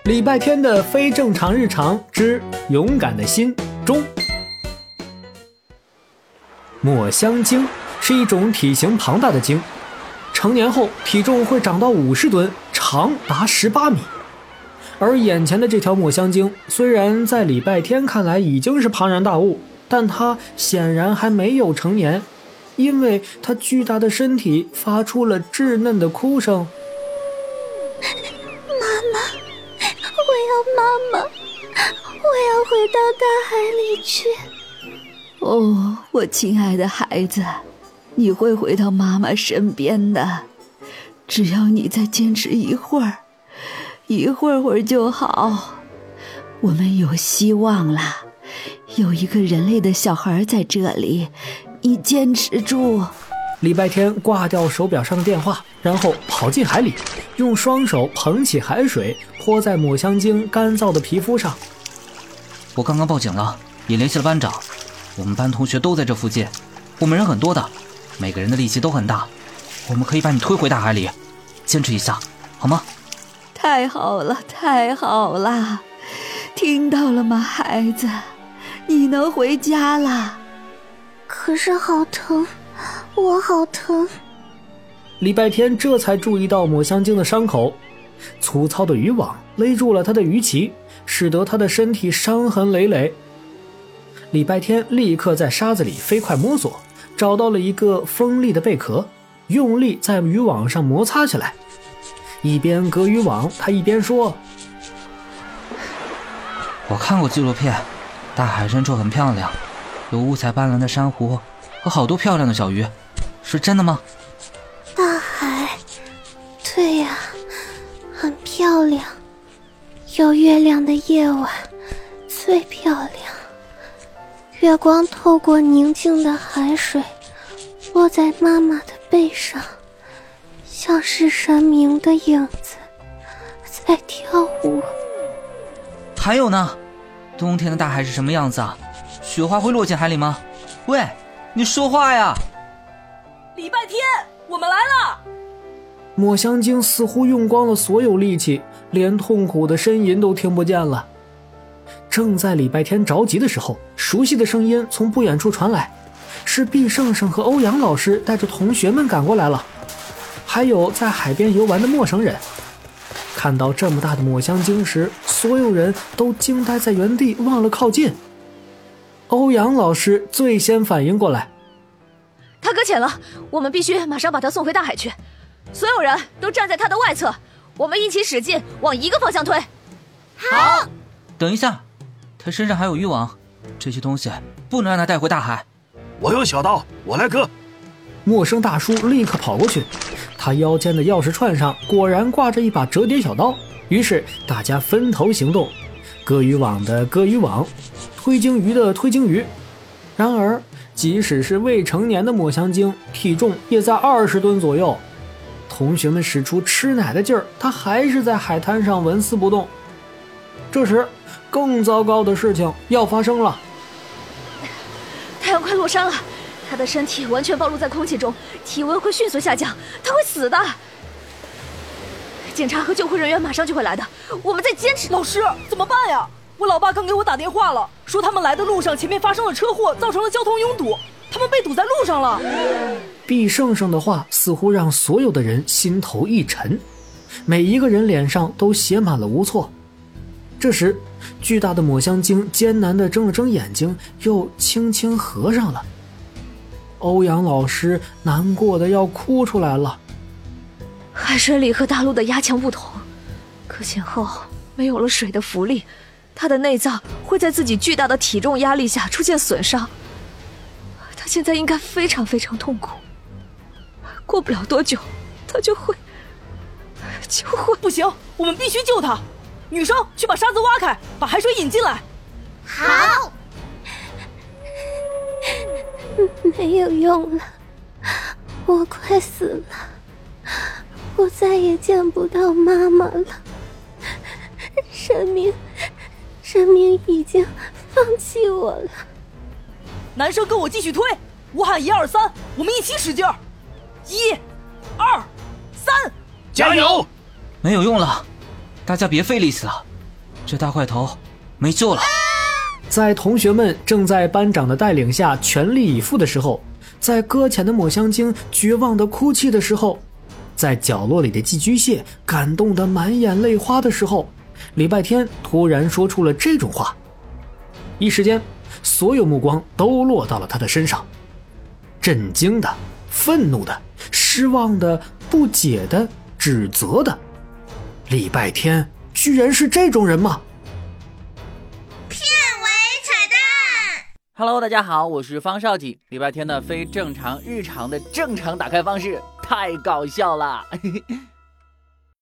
礼拜天的非正常日常之勇敢的心中。抹香鲸是一种体型庞大的鲸，成年后体重会长到50吨，长达18米。而眼前的这条抹香鲸虽然在礼拜天看来已经是庞然大物，但它显然还没有成年，因为它巨大的身体发出了稚嫩的哭声。 妈妈，我要回到大海里去。 哦，我亲爱的孩子，你会回到妈妈身边的，只要你再坚持一会儿就好。我们有希望啦，有一个人类的小孩在这里，你坚持住。 礼拜天挂掉手表上的电话，然后跑进海里，用双手捧起海水泼在抹香鲸干燥的皮肤上。 我刚刚报警了，也联系了班长，我们班同学都在这附近，我们人很多的，每个人的力气都很大，我们可以把你推回大海里，坚持一下好吗？ 太好了，太好了，听到了吗，孩子？你能回家了。 可是好疼，我好疼。 礼拜天这才注意到抹香鲸的伤口，粗糙的渔网勒住了它的鱼鳍，使得它的身体伤痕累累。礼拜天立刻在沙子里飞快摸索，找到了一个锋利的贝壳，用力在渔网上摩擦起来。一边割渔网，他一边说： 我看过纪录片，大海深处很漂亮，有五彩斑斓的珊瑚和好多漂亮的小鱼，是真的吗？ 大海，对呀，很漂亮，有月亮的夜晚最漂亮，月光透过宁静的海水落在妈妈的背上，像是神明的影子在跳舞。 还有呢，冬天的大海是什么样子啊？雪花会落进海里吗？喂，你说话呀！ 礼拜天我们来了。 抹香鲸似乎用光了所有力气，连痛苦的呻吟都听不见了。正在礼拜天着急的时候，熟悉的声音从不远处传来，是毕胜胜和欧阳老师带着同学们赶过来了，还有在海边游玩的陌生人。看到这么大的抹香鲸时，所有人都惊呆在原地，忘了靠近。欧阳老师最先反应过来， 他搁浅了，我们必须马上把他送回大海去。所有人都站在他的外侧，我们一起使劲往一个方向推。 好。 等一下，他身上还有渔网，这些东西不能让他带回大海。 我有小刀，我来割。 陌生大叔立刻跑过去，他腰间的钥匙串上果然挂着一把折叠小刀，于是大家分头行动，割渔网的割渔网，推鲸鱼的推鲸鱼。然而即使是未成年的抹香鲸，体重也在20吨左右，同学们使出吃奶的劲儿，它还是在海滩上纹丝不动。这时更糟糕的事情要发生了。 太阳快落山了，他的身体完全暴露在空气中，体温会迅速下降，他会死的。警察和救护人员马上就会来的，我们再坚持。 老师，怎么办呀？我老爸刚给我打电话了，说他们来的路上前面发生了车祸，造成了交通拥堵，他们被堵在路上了。 毕胜胜的话似乎让所有的人心头一沉，每一个人脸上都写满了无措。这时巨大的抹香鲸艰难地睁了睁眼睛，又轻轻合上了。欧阳老师难过的要哭出来了。 海水里和大陆的压强不同，搁浅后没有了水的浮力，他的内脏会在自己巨大的体重压力下出现损伤，他现在应该非常非常痛苦，过不了多久他就会。 不行，我们必须救他。女生去把沙子挖开，把海水引进来。 好。没有用了，我快死了，我再也见不到妈妈了。神明已经放弃我了。 男生跟我继续推，我喊1、2、3，我们一起使劲儿。1、2、3， 加油！ 没有用了，大家别费力气了， 这大块头没救了。 在同学们正在班长的带领下全力以赴的时候，在搁浅的抹香鲸绝望的哭泣的时候，在角落里的寄居蟹感动得满眼泪花的时候，礼拜天突然说出了这种话。一时间，所有目光都落到了他的身上，震惊的、愤怒的、失望的、不解的、指责的。礼拜天居然是这种人吗？ Hello， 大家好，我是方少景。礼拜天的非正常日常的正常打开方式，太搞笑了。